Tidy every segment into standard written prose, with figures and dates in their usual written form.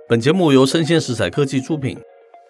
本节目由生鲜食材科技出品，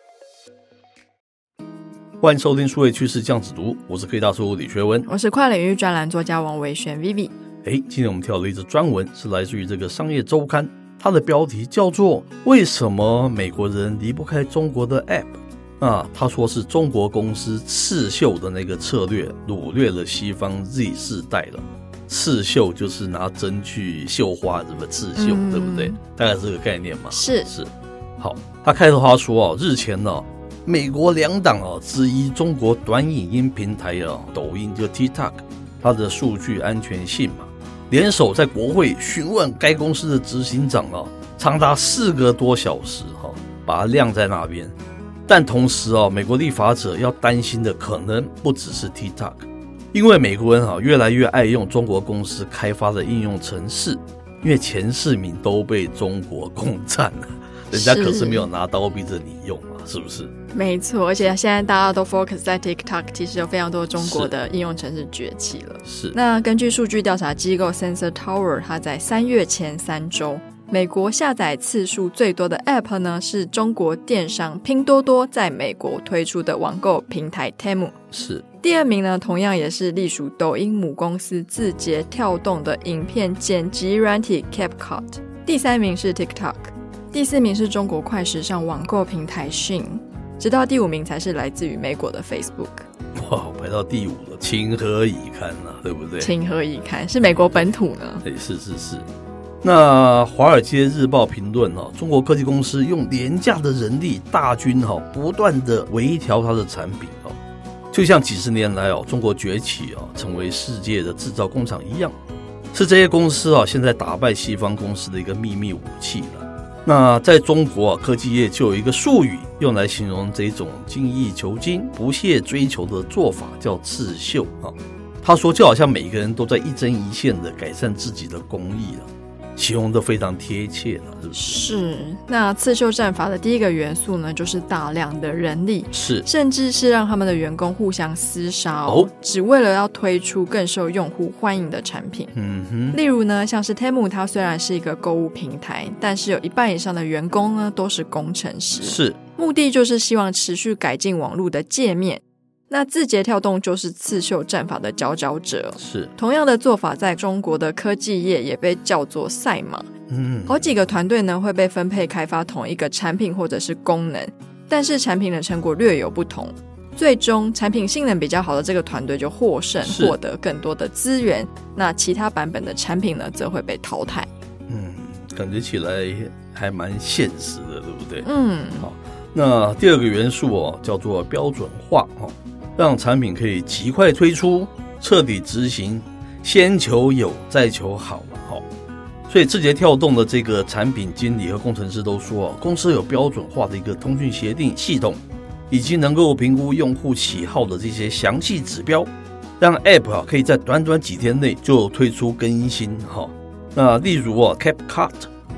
欢迎收听数位趋势酱子读，我是科技大叔李学文， 我是跨领域专栏作家王维璇 Vivi。今天我们挑了一则专文，是来自于这个商业周刊，它的标题叫做为什么美国人离不开中国的 App。他说是中国公司刺绣的那个策略掳掠了西方 Z 世代了。刺绣就是拿针去绣花，什么刺绣，对不对？大概是这个概念嘛。 是。 好，他开头他说日前美国两党之一中国短影音平台抖音就 TikTok， 它的数据安全性嘛，联手在国会询问该公司的执行长长达4个多小时把它晾在那边。但同时美国立法者要担心的可能不只是 TikTok。因为美国人越来越爱用中国公司开发的应用程式，因为前4名都被中国攻占了，人家可是没有拿刀逼着你用嘛，是不是？ 没错，而且现在大家都 focus 在 TikTok， 其实有非常多中国的应用程式崛起了。 是。 那根据数据调查机构 Sensor Tower， 它在3月前3周，美国下载次数最多的 App 呢，是中国电商拼多多在美国推出的网购平台 Temu。 是。 第2名呢，同样也是隶属抖音母公司字节跳动的影片剪辑软体 CapCut。第3名是 TikTok。第4名是中国快时尚网购平台 Shein。直到第5名才是来自于美国的 Facebook。 哇，排到第5了，情何以堪啊，对不对？ 情何以堪，是美国本土呢。 是。那华尔街日报评论中国科技公司用廉价的人力大军不断的微调它的产品就像几十年来中国崛起成为世界的制造工厂一样，是这些公司现在打败西方公司的一个秘密武器了。那在中国科技业就有一个术语用来形容这种精益求精、不懈追求的做法，叫刺绣他说就好像每个人都在一针一线的改善自己的工艺了，形容得非常贴切了，是不是？ 是。那刺绣战法的第一个元素呢，就是大量的人力， 是， 甚至是让他们的员工互相厮杀只为了要推出更受用户欢迎的产品。例如呢，像是 Temu， 它虽然是一个购物平台，但是有一半以上的员工呢都是工程师， 是， 目的就是希望持续改进网络的界面。那字节跳动就是刺绣战法的佼佼者， 是。 同样的做法在中国的科技业也被叫做赛马。好几个团队呢会被分配开发同一个产品或者是功能，但是产品的成果略有不同，最终产品性能比较好的这个团队就获胜，获得更多的资源，那其他版本的产品呢则会被淘汰。 感觉起来还蛮现实的，对不对？好，那第2个元素叫做标准化让产品可以极快推出，彻底执行，先求有再求好了所以字节跳动的这个产品经理和工程师都说公司有标准化的一个通讯协定系统，以及能够评估用户喜好的这些详细指标，让 App 可以在短短几天内就推出更新那例如CapCut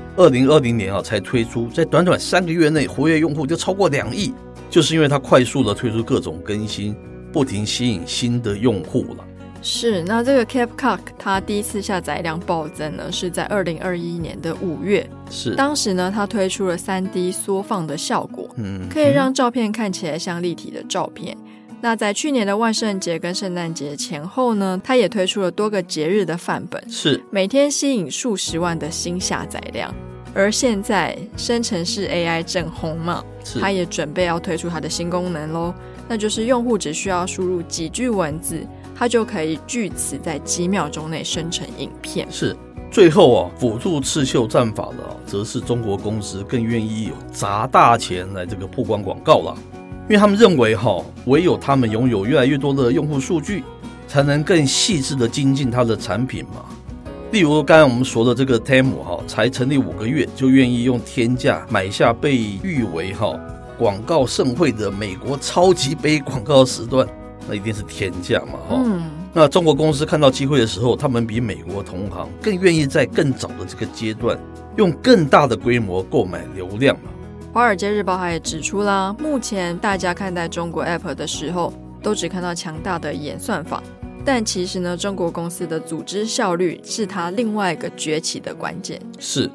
2020年才推出，在短短3个月内活跃用户就超过2亿，就是因为它快速的推出各种更新，不停吸引新的用户了。 是。那这个 CapCut 它第一次下载量暴增呢，是在2021年的5月。 是。 当时呢，它推出了 3D 缩放的效果，可以让照片看起来像立体的照片。那在去年的万圣节跟圣诞节前后呢，它也推出了多个节日的范本， 是， 每天吸引数十万的新下载量。而现在生成式 AI 正红嘛，它也准备要推出它的新功能咯，那就是用户只需要输入几句文字，它就可以据此在几秒钟内生成影片。 是。最后辅助刺绣战法的则是中国公司更愿意砸大钱来这个曝光广告了，因为他们认为唯有他们拥有越来越多的用户数据，才能更细致的精进它的产品嘛。例如刚才我们说的这个 Temu 才成立5个月就愿意用天价买下被誉为广告盛会的美国超级杯广告时段，那一定是天价嘛那中国公司看到机会的时候，他们比美国同行更愿意在更早的这个阶段用更大的规模购买流量嘛。 华尔街日报也指出啦，目前大家看待中国 App 的时候都只看到强大的演算法，但其实呢，中国公司的组织效率是它另外一个崛起的关键。 是。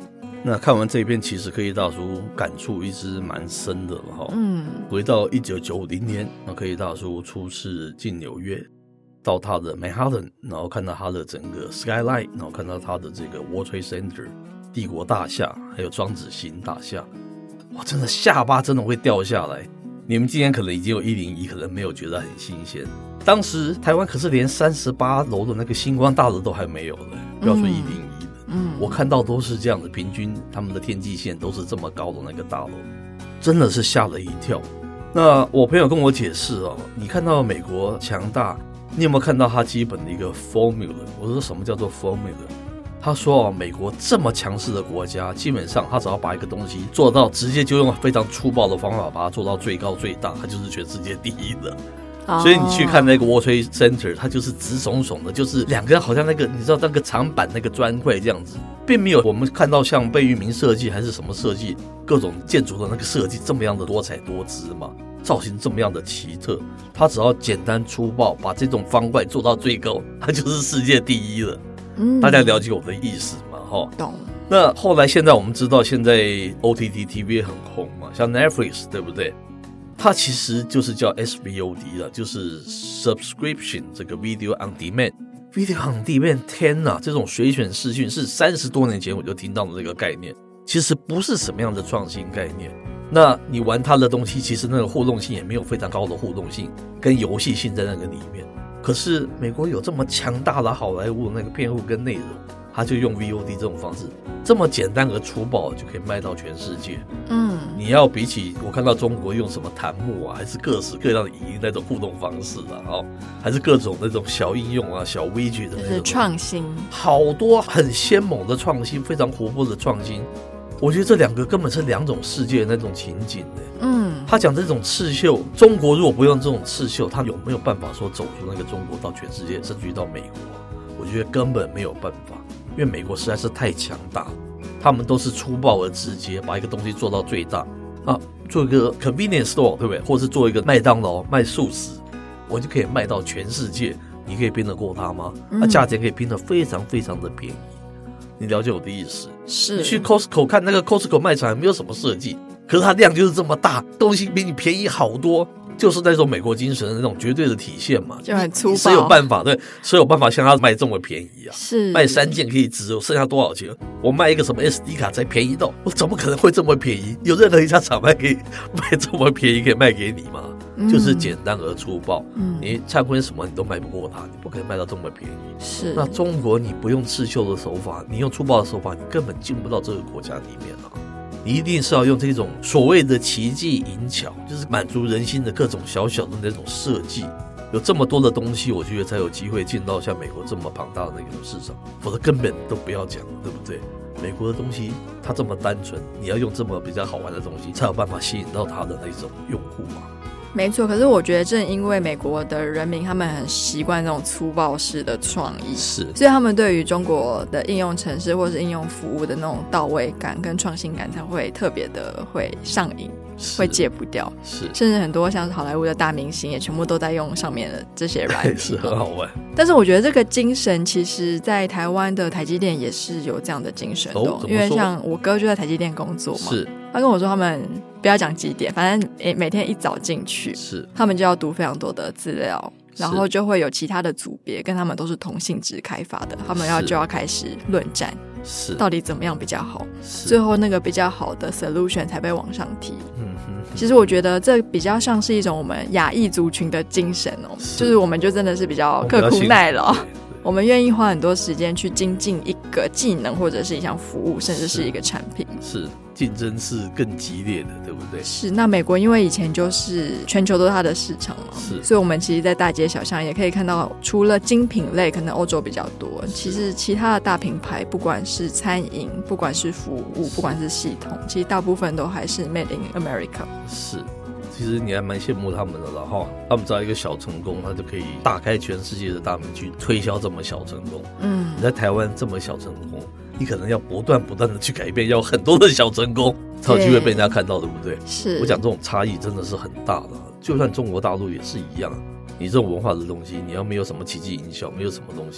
那看完这一篇，其实科技大叔感触一直蛮深的哈。回到1990年，那科技大叔初次进纽约，到他的 Manhattan， 然后看到他的整个 Skyline， 然后看到他的这个 World Trade Center 帝国大厦，还有双子星大厦，哇，真的下巴真的会掉下来。你们今天可能已经有101，可能没有觉得很新鲜。当时台湾可是连38楼的那个星光大楼都还没有了，不要说101了。我看到都是这样的，平均他们的天际线都是这么高的那个大楼，真的是吓了一跳。那我朋友跟我解释哦，你看到美国强大，你有没有看到它基本的一个 formula？ 我说什么叫做 formula？ 他说美国这么强势的国家，基本上他只要把一个东西做到，直接就用非常粗暴的方法把它做到最高最大，它就是全世界第一的。所以你去看那个 World Trade Center， 它就是直耸耸的，就是两个好像那个你知道那个长板那个砖块这样子，并没有我们看到像贝聿铭设计还是什么设计各种建筑的那个设计这么样的多彩多姿嘛，造型这么样的奇特。它只要简单粗暴把这种方块做到最高，它就是世界第一了。大家了解我的意思吗？ 懂。 那后来现在我们知道，现在 OTT TV 很红嘛，像 Netflix 对不对？它其实就是叫 SVOD 了，就是 Subscription 这个 Video on Demand。Video on Demand， 天哪，这种随选视讯是30多年前我就听到的这个概念，其实不是什么样的创新概念。那你玩它的东西，其实那个互动性也没有非常高的互动性跟游戏性在那个里面。可是美国有这么强大的好莱坞那个片户跟内容，他就用 VOD 这种方式，这么简单而粗暴就可以卖到全世界。你要比起我看到中国用什么弹幕啊，还是各式各样的影音那种互动方式啊，还是各种那种小应用啊、小 widget 的那种， 就是创新， 好多很鲜猛的创新，非常活泼的创新。我觉得这两个根本是两种世界的那种情景的。他讲这种刺绣，中国如果不用这种刺绣，他有没有办法说走出那个中国到全世界，甚至于到美国？我觉得根本没有办法，因为美国实在是太强大了，他们都是粗暴而直接，把一个东西做到最大啊，做一个 convenience store 对不对？或是做一个麦当劳卖素食，我就可以卖到全世界，你可以拼得过它吗？价钱可以拼得非常非常的便宜。你了解我的意思？ 是。 去 Costco 看那个 Costco 卖场没有什么设计，可是它量就是这么大，东西比你便宜好多，就是那种美国精神的那种绝对的体现嘛。 就很粗暴， 谁有办法？对，谁有办法像他卖这么便宜啊？ 是卖3件可以只有剩下多少钱？我卖一个什么 SD 卡才便宜到，我怎么可能会这么便宜？有任何一家厂牌可以卖这么便宜，可以卖给你吗？就是简单而粗暴。你灿坤什么你都卖不过他，你不可能卖到这么便宜。 是。 那中国你不用刺绣的手法，你用粗暴的手法，你根本进不到这个国家里面啊。你一定是要用这种所谓的奇技淫巧，就是满足人心的各种小小的那种设计，有这么多的东西，我觉得才有机会进到像美国这么庞大的那种市场，否则根本都不要讲，对不对？美国的东西它这么单纯，你要用这么比较好玩的东西，才有办法吸引到它的那种用户嘛。 没错，可是我觉得正因为美国的人民他们很习惯这种粗暴式的创意， 是， 所以他们对于中国的应用程式或是应用服务的那种到位感跟创新感才会特别的会上瘾，会戒不掉。是，甚至很多像好莱坞的大明星也全部都在用上面的这些软体， 是很好玩。 但是我觉得这个精神其实在台湾的台积电也是有这样的精神的，因为像我哥就在台积电工作嘛，是，他跟我说他们不要讲几点，反正每天一早进去，是他们就要读非常多的资料，然后就会有其他的组别跟他们都是同性质开发的，他们就要开始论战，是到底怎么样比较好，最后那个比较好的 solution 才被往上提。其实我觉得这比较像是一种我们亚裔族群的精神哦，就是我们就真的是比较刻苦耐劳，我们愿意花很多时间去精进一个技能或者是一项服务，甚至是一个产品。是，竞争是更激烈的，对不对？是。那美国因为以前就是全球都是它的市场嘛，是，所以我们其实在大街小巷也可以看到，除了精品类可能欧洲比较多，其实其他的大品牌不管是餐饮，不管是服务，不管是系统，其实大部分都还是 Made in America。是。其实你还蛮羡慕他们的了哈，他们只要一个小成功，他就可以打开全世界的大门去推销这么小成功。你在台湾这么小成功，你可能要不断的去改变，要很多的小成功才有机会被人家看到，对不对？是。我讲这种差异真的是很大的，就算中国大陆也是一样。你这种文化的东西，你要没有什么奇技淫巧，没有什么东西，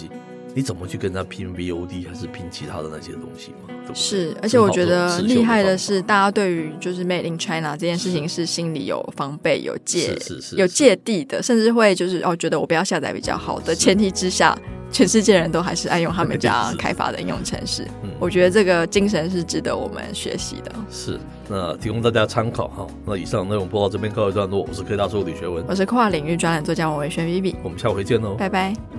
你怎么去跟他拼 VOD 还是拼其他的那些东西嘛？对不对？ 是，而且我觉得厉害的是，大家对于就是 Made in China 这件事情是心里有防备、有芥蒂的，甚至会就是觉得我不要下载比较好的前提之下，全世界人都还是爱用他们家开发的应用程式。我觉得这个精神是值得我们学习的。 是，那提供大家参考哈。那以上内容播到这边告一段落，我是科大硕李学文， 我是跨领域专栏作家王维轩 Vivi， 我们下回见喽， 拜拜。